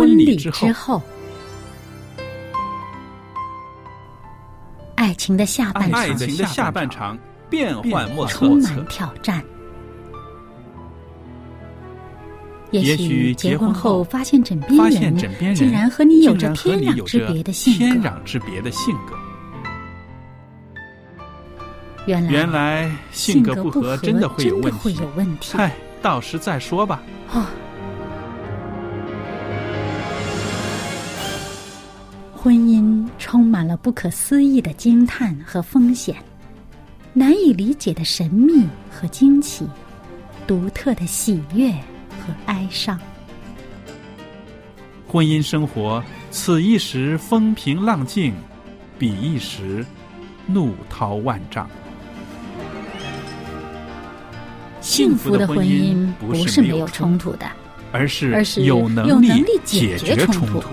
婚礼之后，爱情的下半场变幻莫测， 充满挑战。也许结婚后发现枕边人竟然和你有着天壤之别的性格。 原来性格不合真的会有问题。 嗨，到时再说吧。 婚姻充满了不可思议的惊叹和风险，难以理解的神秘和惊奇，独特的喜悦和哀伤。 婚姻生活此一时风平浪静，彼一时怒涛万丈。 幸福的婚姻不是没有冲突的， 而是有能力解决冲突。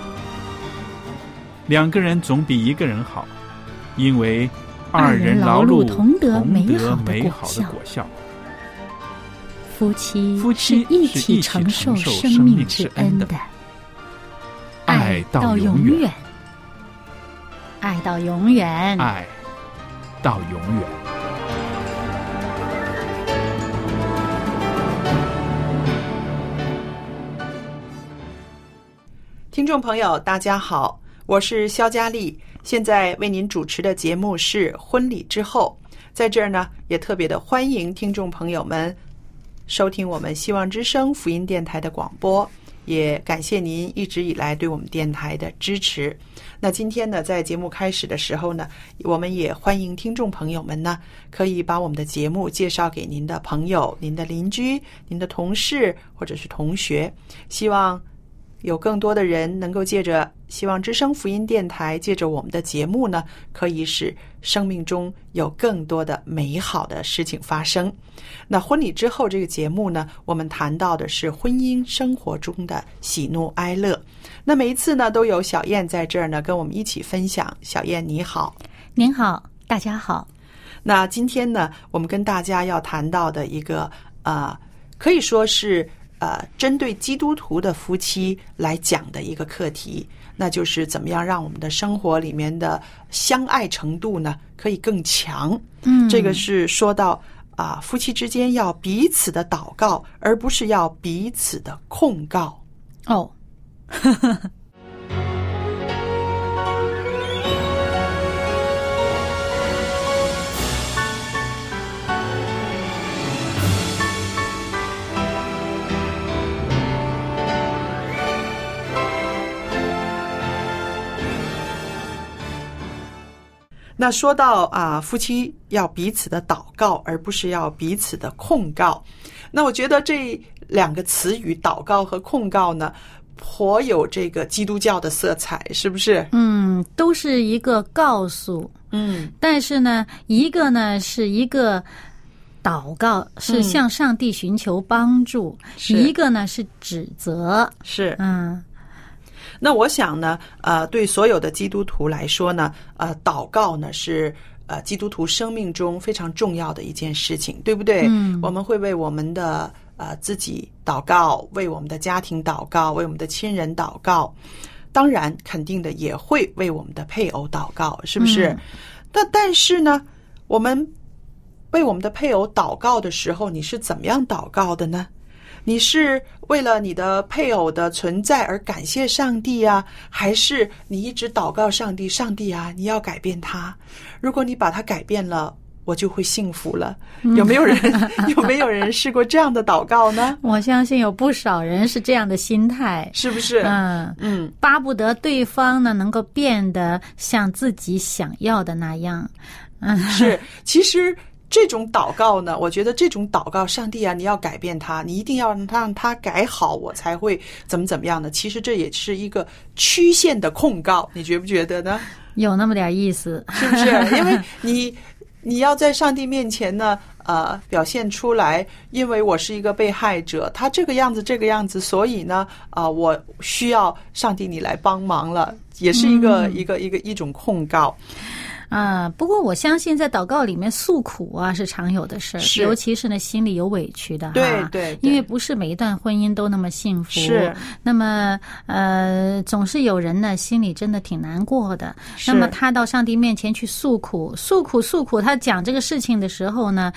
两个人总比一个人好，因为二人劳碌同得美好的果效。 夫妻是一起承受生命之恩的，爱到永远，爱到永远， 爱到永远。 听众朋友大家好，我是肖佳丽，现在为您主持的节目是婚礼之后。在这儿呢，也特别的欢迎听众朋友们收听我们希望之声福音电台的广播，也感谢您一直以来对我们电台的支持。那今天呢，在节目开始的时候呢，我们也欢迎听众朋友们呢，可以把我们的节目介绍给您的朋友、您的邻居、您的同事或者是同学，希望有更多的人能够借着希望之声福音电台，借着我们的节目呢，可以使生命中有更多的美好的事情发生。那婚礼之后这个节目呢，我们谈到的是婚姻生活中的喜怒哀乐。那每一次呢，都有小燕在这儿呢，跟我们一起分享。小燕你好。 您好，大家好。 那今天呢，我们跟大家要谈到的一个可以说是针对基督徒的夫妻来讲的一个课题，那就是怎么样让我们的生活里面的相爱程度呢可以更强。这个是说到夫妻之间要彼此的祷告，而不是要彼此的控告。那说到夫妻要彼此的祷告，而不是要彼此的控告。那我觉得这两个词语祷告和控告呢，颇有这个基督教的色彩，是不是？ 都是一个告诉，但是呢，一个呢是一个祷告，是向上帝寻求帮助，一个呢是指责， 是那我想呢，对所有的基督徒来说呢，祷告呢是基督徒生命中非常重要的一件事情，对不对？我们会为我们的自己祷告，为我们的家庭祷告，为我们的亲人祷告，当然肯定的也会为我们的配偶祷告，是不是？但是呢，我们为我们的配偶祷告的时候，你是怎么样祷告的呢？你是为了你的配偶的存在而感谢上帝啊，还是你一直祷告上帝，上帝啊，你要改变他，如果你把他改变了，我就会幸福了。有没有人试过这样的祷告呢？ 我相信有不少人是这样的心态， 是不是？ 巴不得对方呢能够变得像自己想要的那样。 是，其实这种祷告呢，我觉得这种祷告，上帝啊，你要改变他，你一定要让他改好，我才会怎么样的。其实这也是一个曲线的控告，你觉不觉得呢？ 有那么点意思， 是不是？因为你要在上帝面前呢，表现出来，因为我是一个被害者，他这个样子，所以呢，我需要上帝你来帮忙了，也是一种控告。 不过我相信在祷告里面诉苦啊是常有的事儿，尤其是呢心里有委屈的哈。 对， 因为不是每一段婚姻都那么幸福。 是。 那么总是有人呢心里真的挺难过的。那么他到上帝面前去诉苦，他讲这个事情的时候呢，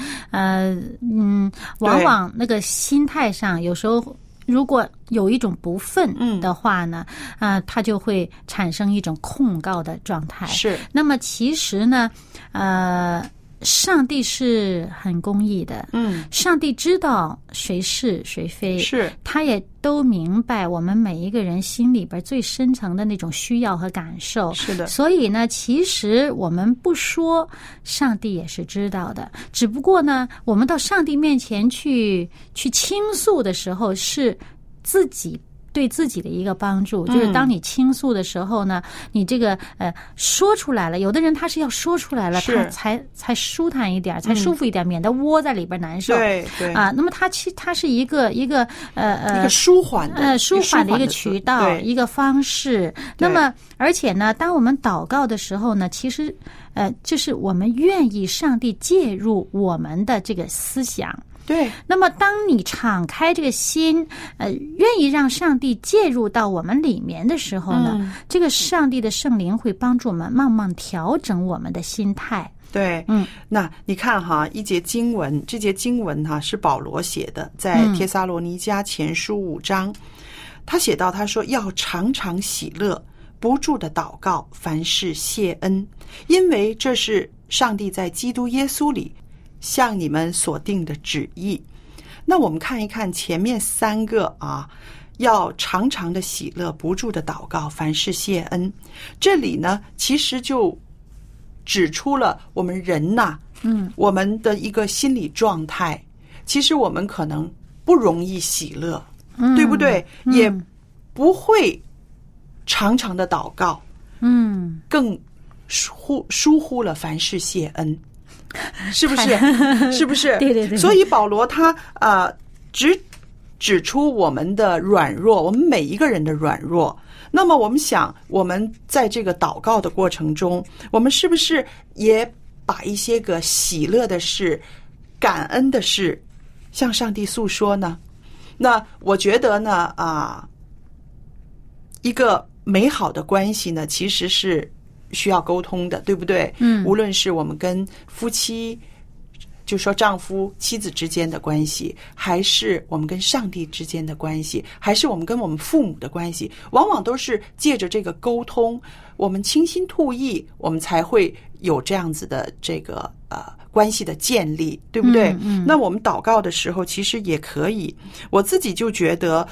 往往那个心态上有时候。如果有一种不忿的话呢，他就会产生一种控告的状态。 是。 那么其实呢，上帝是很公义的。上帝知道谁是谁非， 是。 他也都明白我们每一个人心里边最深层的那种需要和感受。 是的。 所以呢，其实我们不说，上帝也是知道的。只不过呢，我们到上帝面前去倾诉的时候，是自己对自己的一个帮助。就是当你倾诉的时候呢，你这个说出来了，有的人他是要说出来了，他才舒坦一点，才舒服一点，免得窝在里边难受。 对那么它是一个舒缓的一个渠道，一个方式。那么而且呢，当我们祷告的时候呢，其实就是我们愿意上帝介入我们的这个思想。 对。 那么当你敞开这个心，愿意让上帝介入到我们里面的时候呢，这个上帝的圣灵会帮助我们慢慢调整我们的心态。 对。那你看哈，这节经文哈是保罗写的，在帖撒罗尼迦前书5章，他写到，他说要常常喜乐，不住的祷告，凡事谢恩，因为这是上帝在基督耶稣里向你们所定的旨意。那我们看一看前面3个要常常的喜乐，不住的祷告，凡事谢恩。这里呢，其实就指出了我们人我们的一个心理状态。其实我们可能不容易喜乐，对不对？也不会常常的祷告，更疏忽了凡事谢恩。是不是？是不是？ 对。 所以保罗他指出我们的软弱，我们每一个人的软弱。那么我们想，我们在这个祷告的过程中，我们是不是也把一些个喜乐的事、感恩的事向上帝诉说呢？那我觉得呢，一个美好的关系呢，其实是需要沟通的，对不对？无论是我们跟夫妻，就说丈夫妻子之间的关系，还是我们跟上帝之间的关系，还是我们跟我们父母的关系，往往都是借着这个沟通，我们倾心吐意，我们才会有这样子的这个关系的建立，对不对？那我们祷告的时候其实也可以，我自己就觉得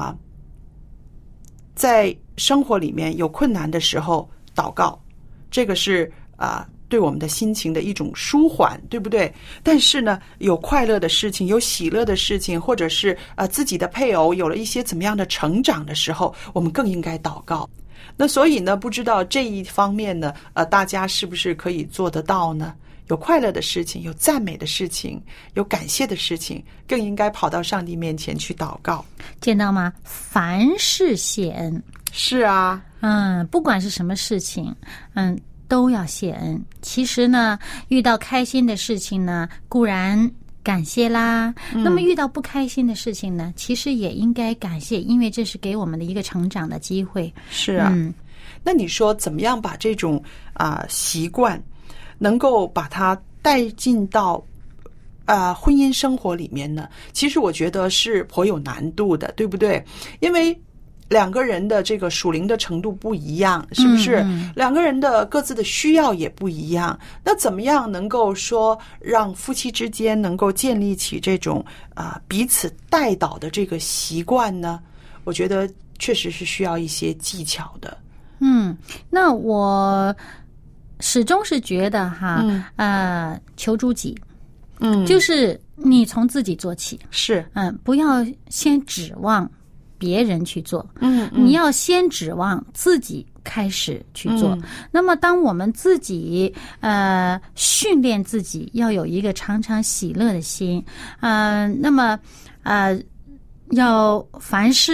在生活里面有困难的时候祷告，这个是对我们的心情的一种舒缓，对不对？但是呢，有快乐的事情，有喜乐的事情，或者是自己的配偶有了一些怎么样的成长的时候，我们更应该祷告。那所以呢，不知道这一方面呢，大家是不是可以做得到呢？有快乐的事情，有赞美的事情，有感谢的事情，更应该跑到上帝面前去祷告。 见到吗？凡事谢恩。 是啊。 不管是什么事情，都要谢恩。其实呢，遇到开心的事情呢，固然感谢啦。那么遇到不开心的事情呢，其实也应该感谢，因为这是给我们的一个成长的机会。 是啊。那你说怎么样把这种习惯能够把它带进到婚姻生活里面呢？其实我觉得是颇有难度的，对不对？因为两个人的这个属灵的程度不一样，是不是？两个人的各自的需要也不一样。那怎么样能够说让夫妻之间能够建立起这种彼此带导的这个习惯呢？我觉得确实是需要一些技巧的。 那我始终是觉得求诸己，就是你从自己做起， 是， 不要先指望别人去做，你要先指望自己开始去做。那么当我们自己训练自己要有一个常常喜乐的心，那么要凡事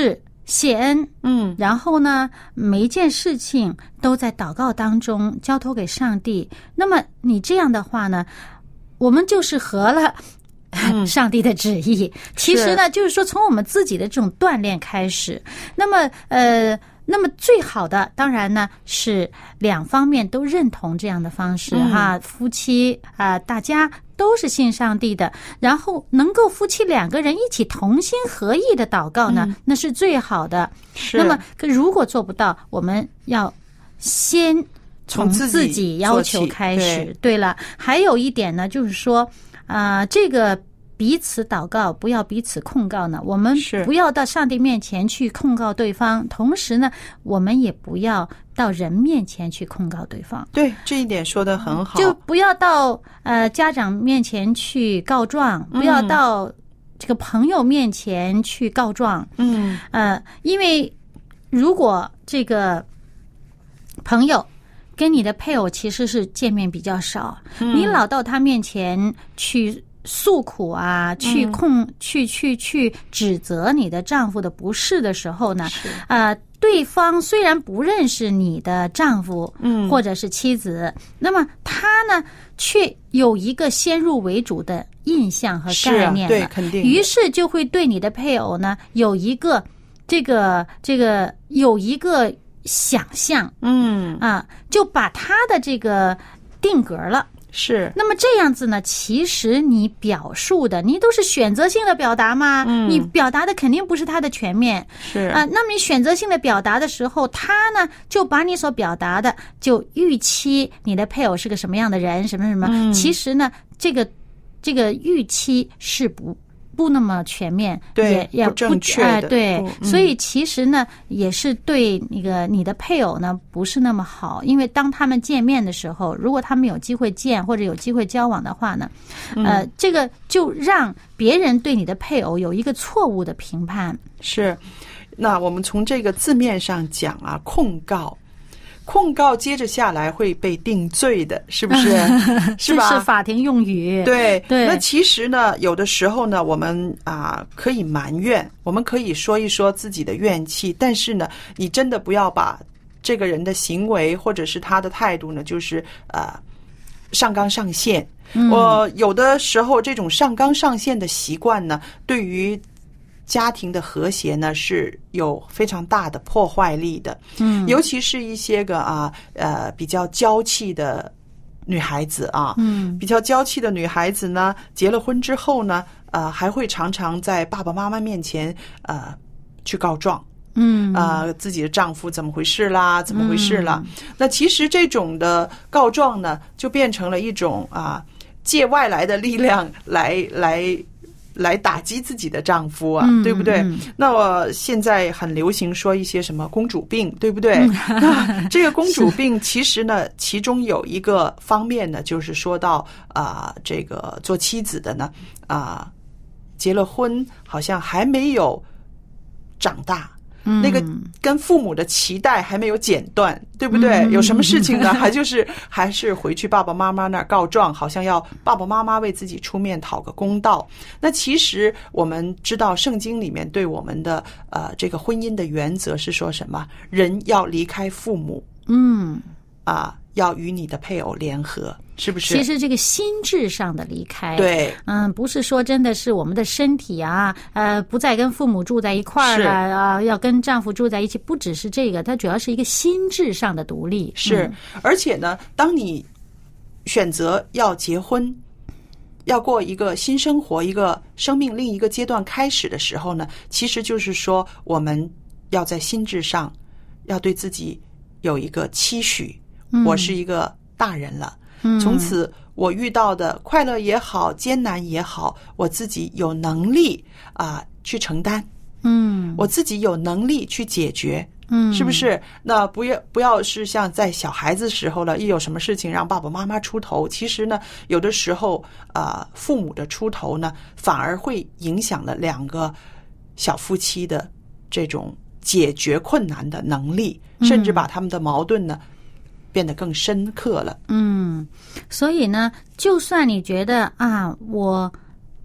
谢恩，然后呢，每一件事情都在祷告当中交托给上帝。那么你这样的话呢，我们就是合了上帝的旨意。其实呢，就是说从我们自己的这种锻炼开始。那么最好的当然呢是两方面都认同这样的方式哈，夫妻大家都是信上帝的，然后能够夫妻两个人一起同心合意的祷告呢，那是最好的。那么如果做不到，我们要先从自己要求开始。对了，还有一点呢，就是说这个彼此祷告，不要彼此控告呢。我们不要到上帝面前去控告对方，同时呢，我们也不要到人面前去控告对方。 对，这一点说得很好。 就不要到家长面前去告状，不要到这个朋友面前去告状。因为如果这个朋友跟你的配偶其实是见面比较少，你老到他面前去诉苦啊，去指责你的丈夫的不是的时候呢，对方虽然不认识你的丈夫，或者是妻子，那么他呢却有一个先入为主的印象和概念了， 对，肯定。 于是就会对你的配偶呢有一个有一个想象，就把他的这个定格了。 是， 那么这样子呢，其实你表述的你都是选择性的表达嘛，你表达的肯定不是他的全面。 是那么你选择性的表达的时候，他呢就把你所表达的就预期你的配偶是个什么样的人，什么什么。其实呢，这个预期是不那么全面， 对， 也不正确的， 对，所以其实呢，也是对你的配偶呢不是那么好，因为当他们见面的时候，如果他们有机会见或者有机会交往的话呢，这个就让别人对你的配偶有一个错误的评判。 是，那我们从这个字面上讲啊，控告接着下来会被定罪的，是不是？是吧？ 这是法庭用语。 对。那其实呢，有的时候呢，我们可以埋怨，我们可以说一说自己的怨气，但是呢，你真的不要把这个人的行为或者是他的态度呢，就是上纲上线。我有的时候这种上纲上线的习惯呢，对于家庭的和谐呢是有非常大的破坏力的。尤其是一些个比较娇气的女孩子比较娇气的女孩子呢，结了婚之后呢，还会常常在爸爸妈妈面前去告状。自己的丈夫怎么回事啦？那其实这种的告状呢，就变成了一种借外来的力量来打击自己的丈夫对不对？那我现在很流行说一些什么公主病，对不对？那这个公主病其实呢，其中有一个方面呢，就是说到这个做妻子的呢结了婚好像还没有长大。那个跟父母的期待还没有剪断，对不对？有什么事情呢？还是回去爸爸妈妈那儿告状，好像要爸爸妈妈为自己出面讨个公道。那其实我们知道圣经里面对我们的这个婚姻的原则是说什么？人要离开父母，要与你的配偶联合，是不是？ 其实这个心智上的离开， 对， 不是说真的是我们的身体不再跟父母住在一块儿了要跟丈夫住在一起，不只是这个，它主要是一个心智上的独立。 是，而且呢，当你选择要结婚，要过一个新生活，一个生命另一个阶段开始的时候呢，其实就是说我们要在心智上要对自己有一个期许。我是一个大人了，从此我遇到的快乐也好，艰难也好，我自己有能力去承担，我自己有能力去解决，是不是？那不要是像在小孩子时候了，一有什么事情让爸爸妈妈出头，其实呢，有的时候父母的出头呢，反而会影响了两个小夫妻的这种解决困难的能力，甚至把他们的矛盾呢变得更深刻了。 所以呢，就算你觉得我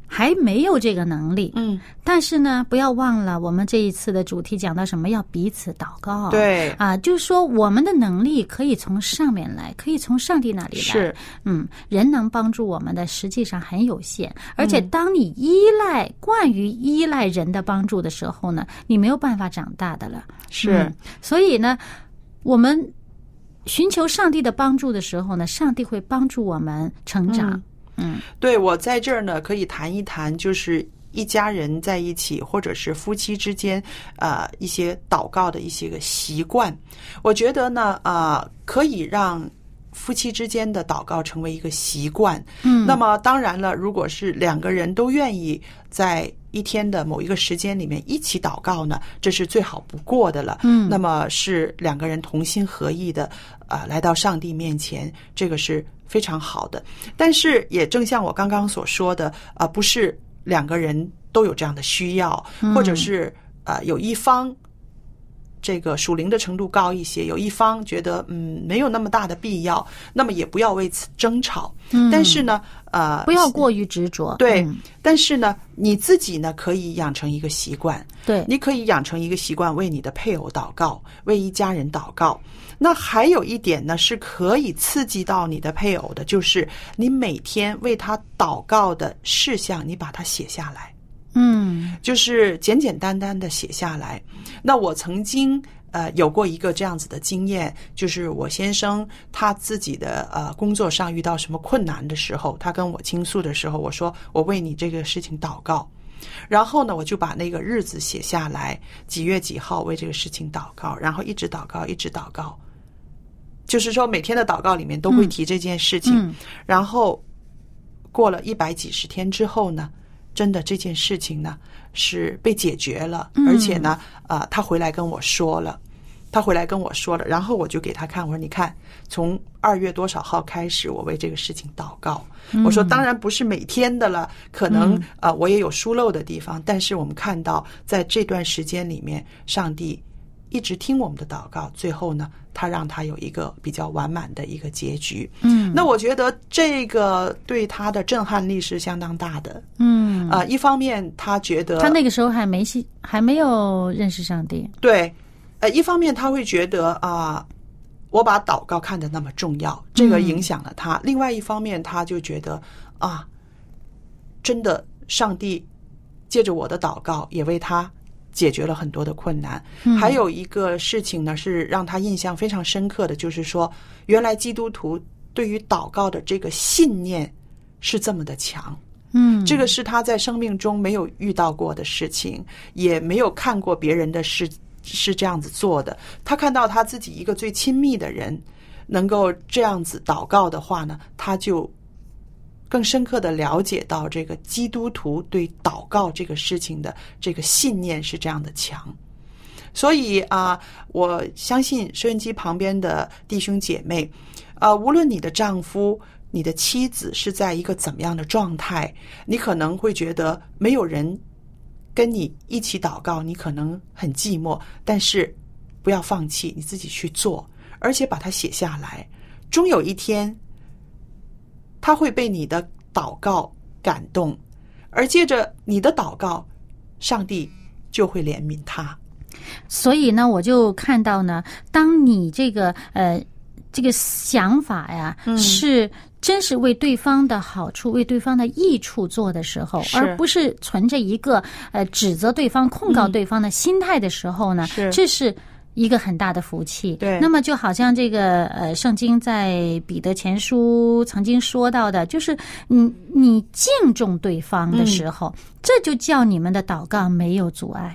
还没有这个能力。但是呢，不要忘了我们这一次的主题讲到什么，要彼此祷告。 对啊，就是说我们的能力可以从上面来，可以从上帝那里来。 是， 人能帮助我们的实际上很有限，而且当你惯于依赖人的帮助的时候呢，你没有办法长大的了。 是， 所以呢，我们寻求上帝的帮助的时候呢，上帝会帮助我们成长。 对，我在这儿呢可以谈一谈，就是一家人在一起，或者是夫妻之间，一些祷告的一些个习惯。我觉得呢，可以让夫妻之间的祷告成为一个习惯。那么当然了，如果是两个人都愿意在一天的某一个时间里面一起祷告呢，这是最好不过的了。那么是两个人同心合意的，来到上帝面前，这个是非常好的。但是也正像我刚刚所说的，不是两个人都有这样的需要，或者是有一方这个属灵的程度高一些，有一方觉得没有那么大的必要，那么也不要为此争吵。但是呢不要过于执着。 对，但是呢你自己呢可以养成一个习惯。 对， 你可以养成一个习惯，为你的配偶祷告，为一家人祷告。那还有一点呢是可以刺激到你的配偶的，就是你每天为他祷告的事项，你把它写下来。就是简简单单的写下来。那我曾经有过一个这样子的经验，就是我先生他自己的工作上遇到什么困难的时候，他跟我倾诉的时候，我说我为你这个事情祷告。然后呢，我就把那个日子写下来，几月几号为这个事情祷告，然后一直祷告，一直祷告。就是说每天的祷告里面都会提这件事情。然后过了100几十天之后呢，真的这件事情呢是被解决了，而且呢他回来跟我说了，然后我就给他看，我说你看，从2月多少号开始我为这个事情祷告。我说当然不是每天的了，可能我也有疏漏的地方，但是我们看到在这段时间里面，上帝一直听我们的祷告，最后呢他让他有一个比较完满的一个结局。那我觉得这个对他的震撼力是相当大的。一方面他觉得他那个时候还没有认识上帝。 对，一方面他会觉得我把祷告看得那么重要，这个影响了他。另外一方面他就觉得真的上帝借着我的祷告也为他解决了很多的困难。还有一个事情呢是让他印象非常深刻的，就是说原来基督徒对于祷告的这个信念是这么的强。这个是他在生命中没有遇到过的事情，也没有看过别人的事是这样子做的。他看到他自己一个最亲密的人能够这样子祷告的话呢，他就更深刻的了解到这个基督徒对祷告这个事情的这个信念是这样的强。所以我相信收音机旁边的弟兄姐妹，无论你的丈夫你的妻子是在一个怎么样的状态，你可能会觉得没有人跟你一起祷告，你可能很寂寞，但是不要放弃，你自己去做，而且把它写下来。终有一天他会被你的祷告感动，而借着你的祷告，上帝就会怜悯他。 所以呢，我就看到呢，当你这个想法呀，是真是为对方的好处、为对方的益处做的时候，而不是存着一个指责对方、控告对方的心态的时候呢，这是一个很大的福气。 对， 那么就好像这个圣经在彼得前书曾经说到的，就是你敬重对方的时候，这就叫你们的祷告没有阻碍。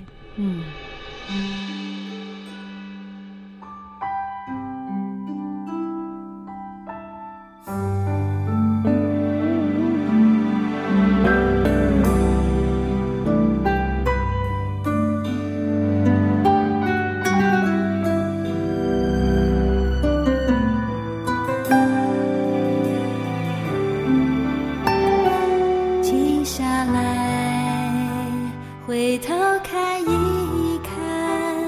停下来，回头看一看，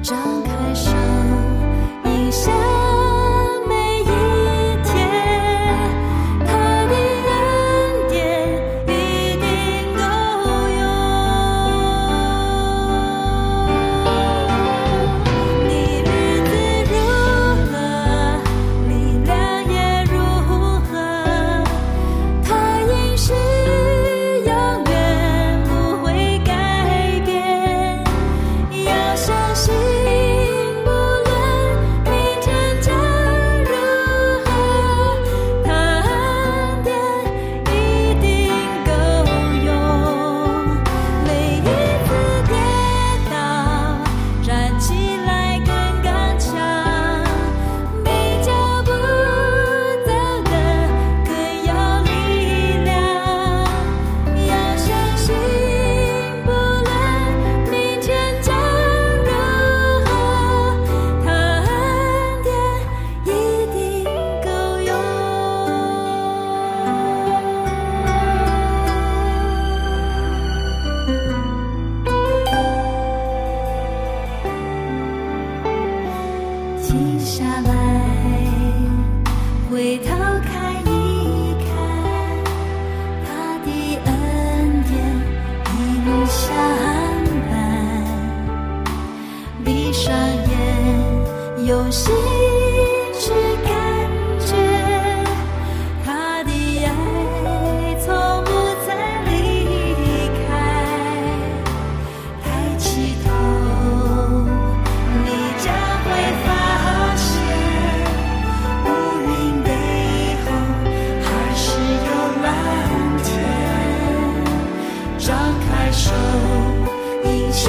有心去感觉他的爱从不再离开，抬起头你将会发现乌云背后还是有蓝天，张开手迎向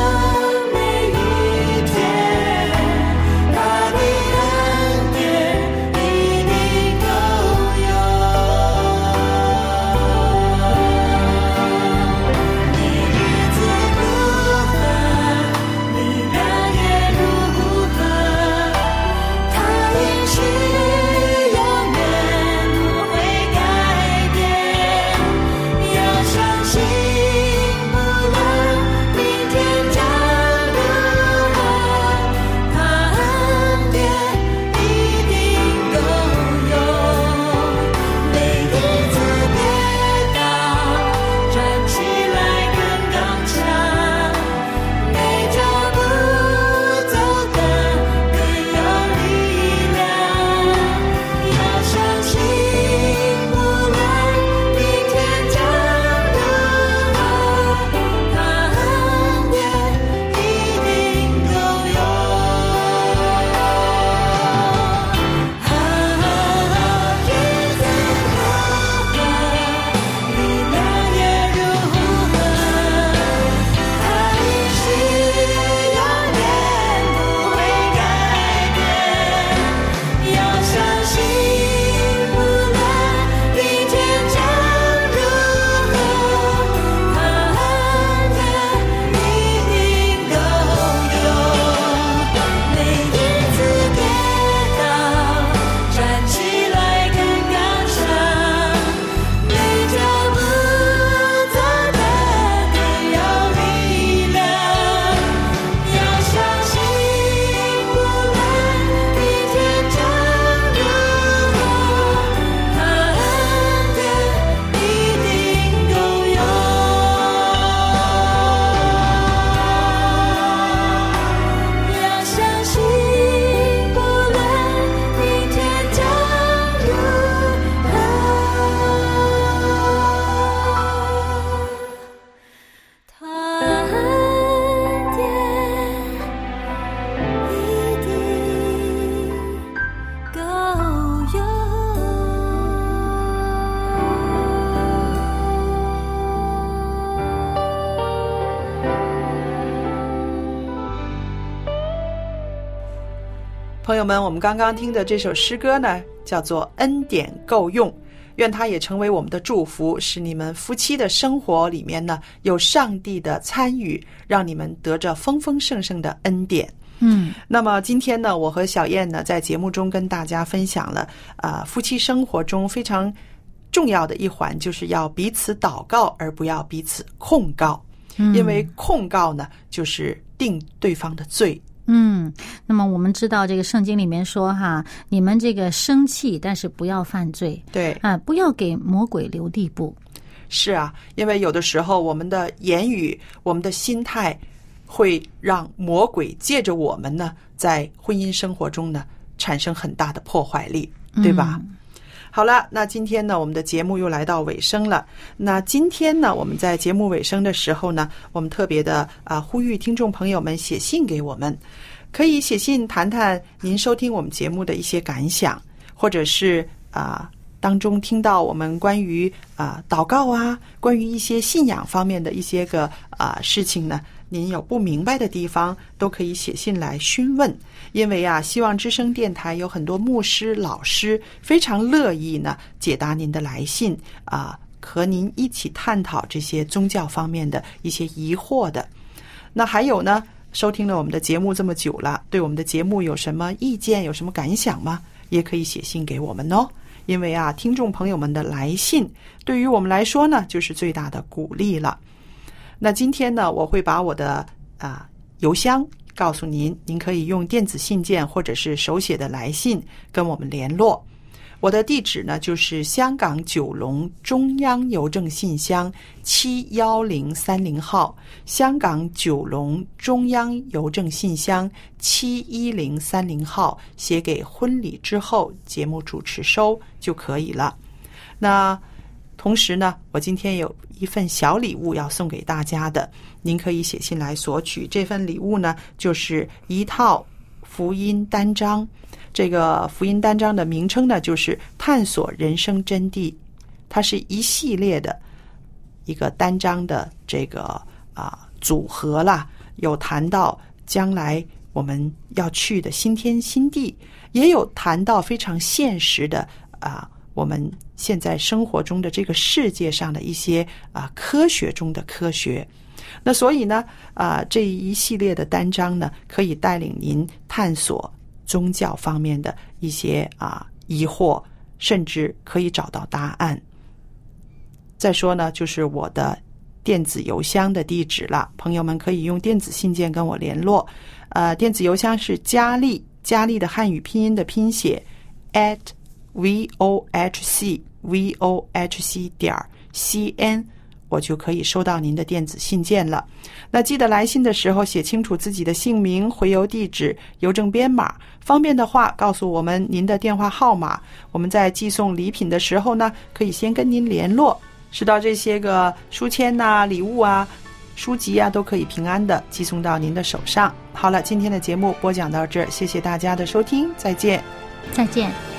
朋友们，我们刚刚听的这首诗歌呢，叫做《恩典够用》，愿它也成为我们的祝福，使你们夫妻的生活里面呢有上帝的参与，让你们得着丰丰盛盛的恩典。那么今天呢，我和小燕呢在节目中跟大家分享了夫妻生活中非常重要的一环，就是要彼此祷告，而不要彼此控告。因为控告呢，就是定对方的罪， 那么我们知道这个圣经里面说哈，你们这个生气，但是不要犯罪， 对不要给魔鬼留地步。 是啊，因为有的时候我们的言语、我们的心态会让魔鬼借着我们呢，在婚姻生活中呢产生很大的破坏力，对吧？好了，那今天呢，我们的节目又来到尾声了。那今天呢，我们在节目尾声的时候呢，我们特别的呼吁听众朋友们写信给我们，可以写信谈谈您收听我们节目的一些感想，或者是当中听到我们关于祷告啊，关于一些信仰方面的一些个事情呢，您有不明白的地方都可以写信来询问。因为希望之声电台有很多牧师老师非常乐意呢解答您的来信和您一起探讨这些宗教方面的一些疑惑的。那还有呢，收听了我们的节目这么久了，对我们的节目有什么意见，有什么感想吗？也可以写信给我们哦。因为听众朋友们的来信对于我们来说呢就是最大的鼓励了。那今天呢，我会把我的邮箱告诉您，您可以用电子信件或者是手写的来信跟我们联络。我的地址呢就是香港九龙中央邮政信箱71030号，香港九龙中央邮政信箱71030号，写给婚礼之后节目主持收就可以了。那同时呢，我今天有一份小礼物要送给大家的，您可以写信来索取。这份礼物呢，就是一套福音单章。这个福音单章的名称呢，就是探索人生真谛。它是一系列的一个单章的这个组合啦，有谈到将来我们要去的新天新地，也有谈到非常现实的我们现在生活中的这个世界上的一些科学中的科学。那所以呢这一系列的单章呢，可以带领您探索宗教方面的一些疑惑，甚至可以找到答案。再说呢，就是我的电子邮箱的地址了，朋友们可以用电子信件跟我联络。电子邮箱是佳丽的汉语拼音的拼写 @vohc.cn， 我就可以收到您的电子信件了。那记得来信的时候写清楚自己的姓名、回邮地址、邮政编码，方便的话告诉我们您的电话号码，我们在寄送礼品的时候呢，可以先跟您联络，知道这些个书签礼物书籍都可以平安的寄送到您的手上。好了，今天的节目播讲到这儿，谢谢大家的收听，再见。 再见。